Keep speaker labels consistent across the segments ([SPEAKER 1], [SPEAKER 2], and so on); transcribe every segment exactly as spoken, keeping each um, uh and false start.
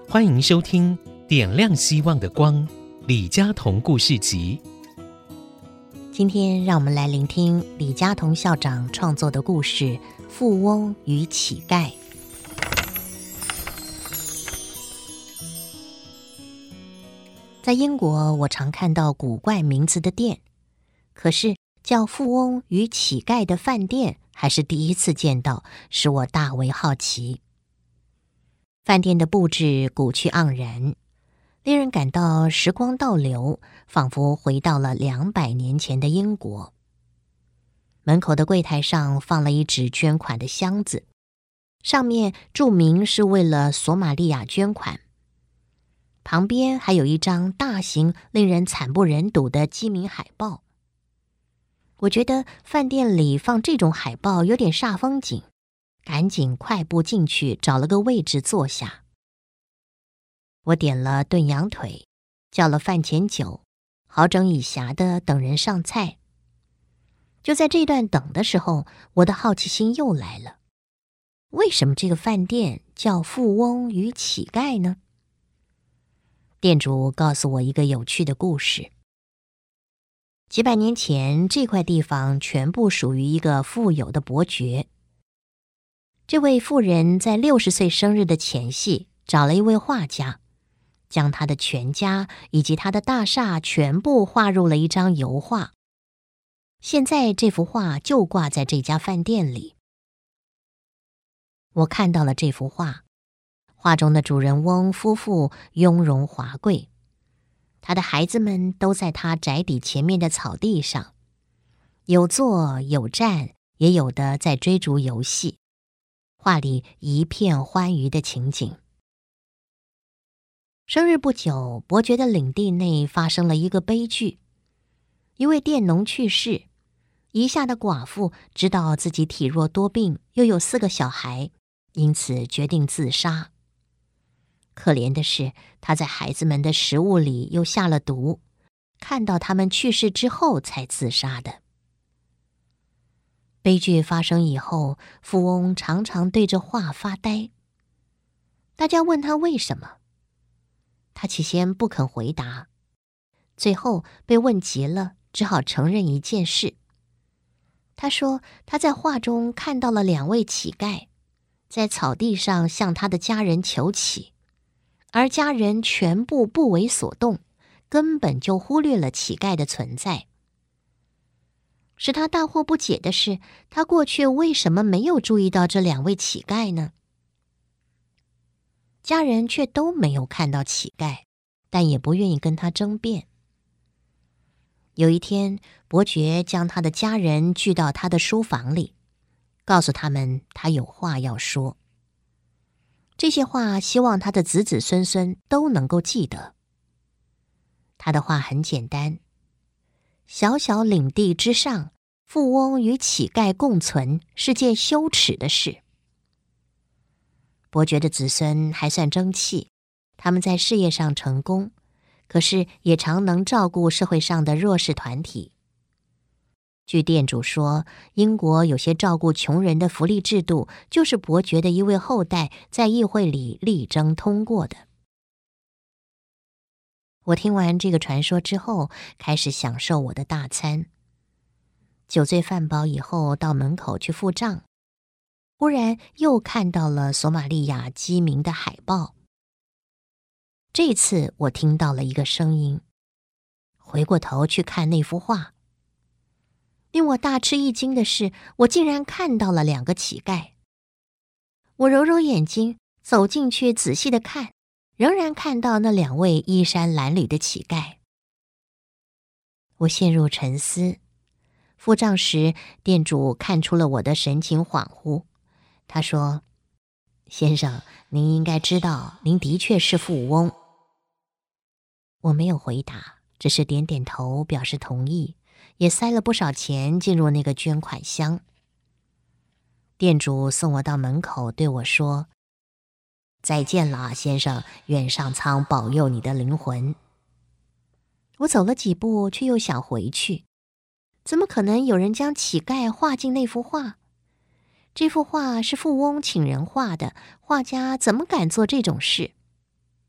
[SPEAKER 1] 欢迎收听《点亮希望的光》李家同故事集。
[SPEAKER 2] 今天让我们来聆听李家同校长创作的故事《富翁与乞丐》。在英国，我常看到古怪名字的店，可是叫富翁与乞丐的饭店还是第一次见到，使我大为好奇。饭店的布置古趣盎然，令人感到时光倒流，仿佛回到了两百年前的英国。门口的柜台上放了一纸捐款的箱子，上面注明是为了索马利亚捐款。旁边还有一张大型、令人惨不忍睹的鸡鸣海报。我觉得饭店里放这种海报有点煞风景，赶紧快步进去，找了个位置坐下。我点了炖羊腿，叫了饭前酒，好整以暇的等人上菜。就在这段等的时候，我的好奇心又来了。为什么这个饭店叫富翁与乞丐呢？店主告诉我一个有趣的故事。几百年前，这块地方全部属于一个富有的伯爵。这位富人在六十岁生日的前夕，找了一位画家，将他的全家以及他的大厦全部画入了一张油画。现在这幅画就挂在这家饭店里。我看到了这幅画，画中的主人翁夫妇雍容华贵，他的孩子们都在他宅邸前面的草地上，有坐有站，也有的在追逐游戏。画里一片欢愉的情景。生日不久，伯爵的领地内发生了一个悲剧。一位佃农去世，遗下的寡妇知道自己体弱多病，又有四个小孩，因此决定自杀。可怜的是，他在孩子们的食物里又下了毒，看到他们去世之后才自杀的。悲剧发生以后，富翁常常对着画发呆。大家问他为什么，他起先不肯回答，最后被问急了，只好承认一件事。他说他在画中看到了两位乞丐，在草地上向他的家人求乞，而家人全部不为所动，根本就忽略了乞丐的存在。使他大惑不解的是，他过去为什么没有注意到这两位乞丐呢？家人却都没有看到乞丐，但也不愿意跟他争辩。有一天，伯爵将他的家人聚到他的书房里，告诉他们他有话要说。这些话希望他的子子孙孙都能够记得。他的话很简单：小小领地之上，富翁与乞丐共存是件羞耻的事。伯爵的子孙还算争气，他们在事业上成功，可是也常能照顾社会上的弱势团体。据店主说，英国有些照顾穷人的福利制度，就是伯爵的一位后代在议会里力争通过的。我听完这个传说之后，开始享受我的大餐。酒醉饭饱以后，到门口去付账，忽然又看到了索马利亚鸡鸣的海报。这次我听到了一个声音，回过头去看那幅画。令我大吃一惊的是，我竟然看到了两个乞丐。我揉揉眼睛，走进去仔细的看，仍然看到那两位衣衫褴褛的乞丐。我陷入沉思。付账时，店主看出了我的神情恍惚，他说：“先生，您应该知道，您的确是富翁。”我没有回答，只是点点头表示同意，也塞了不少钱进入那个捐款箱。店主送我到门口，对我说：“再见啦，先生，愿上苍保佑你的灵魂。”我走了几步，却又想回去。怎么可能有人将乞丐画进那幅画？这幅画是富翁请人画的，画家怎么敢做这种事？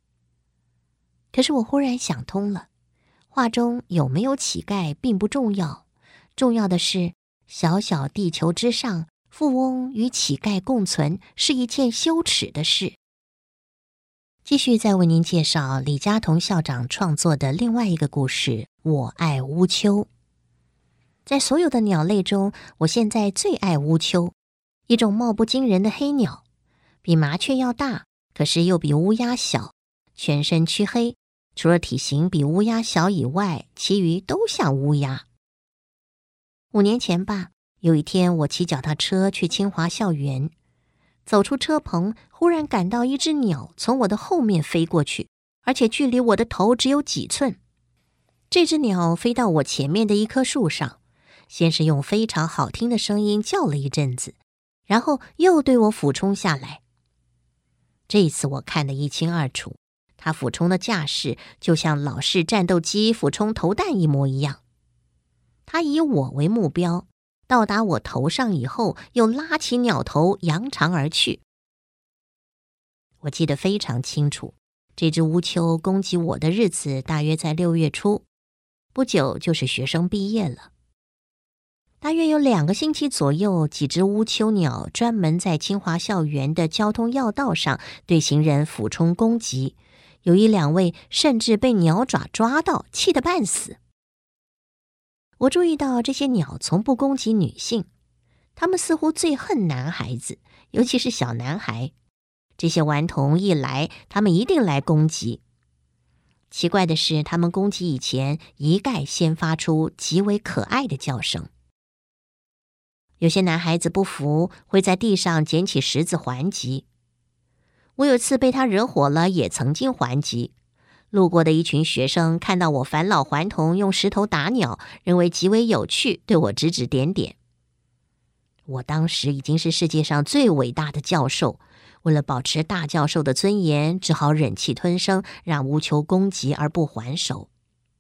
[SPEAKER 2] 可是我忽然想通了，画中有没有乞丐并不重要，重要的是小小地球之上，富翁与乞丐共存是一件羞耻的事。继续再为您介绍李家同校长创作的另外一个故事《我爱乌秋》。在所有的鸟类中，我现在最爱乌秋，一种貌不惊人的黑鸟，比麻雀要大，可是又比乌鸦小，全身黢黑，除了体型比乌鸦小以外，其余都像乌鸦。五年前吧，有一天我骑脚踏车去清华校园，走出车棚，忽然感到一只鸟从我的后面飞过去，而且距离我的头只有几寸。这只鸟飞到我前面的一棵树上，先是用非常好听的声音叫了一阵子，然后又对我俯冲下来。这一次我看得一清二楚，它俯冲的架势就像老式战斗机俯冲投弹一模一样。它以我为目标，到达我头上以后，又拉起鸟头扬长而去。我记得非常清楚，这只乌秋攻击我的日子大约在六月初，不久就是学生毕业了。大约有两个星期左右，几只乌秋鸟专门在清华校园的交通要道上对行人俯冲攻击，有一两位甚至被鸟爪抓到，气得半死。我注意到这些鸟从不攻击女性，它们似乎最恨男孩子，尤其是小男孩。这些顽童一来，他们一定来攻击。奇怪的是，他们攻击以前一概先发出极为可爱的叫声。有些男孩子不服，会在地上捡起石子还击。我有次被他惹火了，也曾经还击。路过的一群学生看到我返老还童用石头打鸟，认为极为有趣，对我指指点点。我当时已经是世界上最伟大的教授，为了保持大教授的尊严，只好忍气吞声，让乌秋攻击而不还手。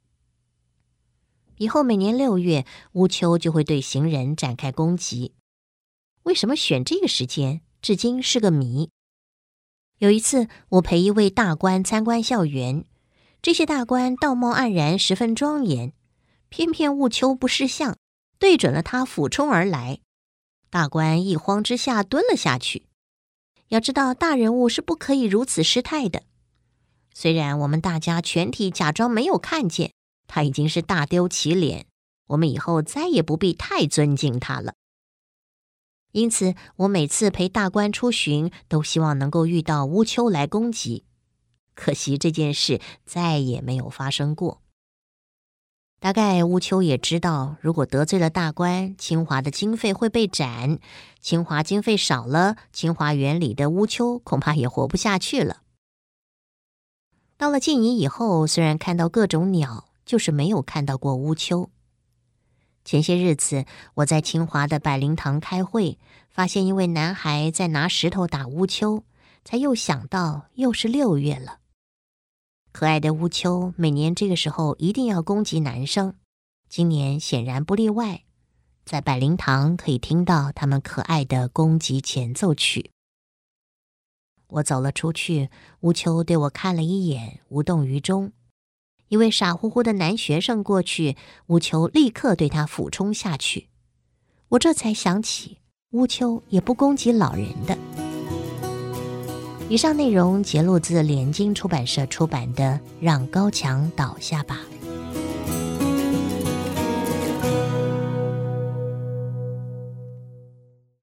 [SPEAKER 2] 以后每年六月，乌秋就会对行人展开攻击。为什么选这个时间，至今是个谜。有一次，我陪一位大官参观校园，这些大官道貌岸然，十分庄严，偏偏乌秋不识相，对准了他俯冲而来。大官一慌之下蹲了下去。要知道，大人物是不可以如此失态的。虽然我们大家全体假装没有看见，他已经是大丢其脸，我们以后再也不必太尊敬他了。因此，我每次陪大官出巡，都希望能够遇到乌秋来攻击。可惜这件事再也没有发生过。大概乌秋也知道，如果得罪了大官，清华的经费会被斩。清华经费少了，清华园里的乌秋恐怕也活不下去了。到了静怡以后，虽然看到各种鸟，就是没有看到过乌秋。前些日子，我在清华的百灵堂开会，发现一位男孩在拿石头打乌秋，才又想到又是六月了。可爱的乌秋每年这个时候一定要攻击男生，今年显然不例外。在百灵堂可以听到他们可爱的攻击前奏曲。我走了出去，乌秋对我看了一眼，无动于衷。一位傻乎乎的男学生过去，乌秋立刻对他俯冲下去。我这才想起，乌秋也不攻击老人的。以上内容节录自联经出版社出版的《让高墙倒下吧》。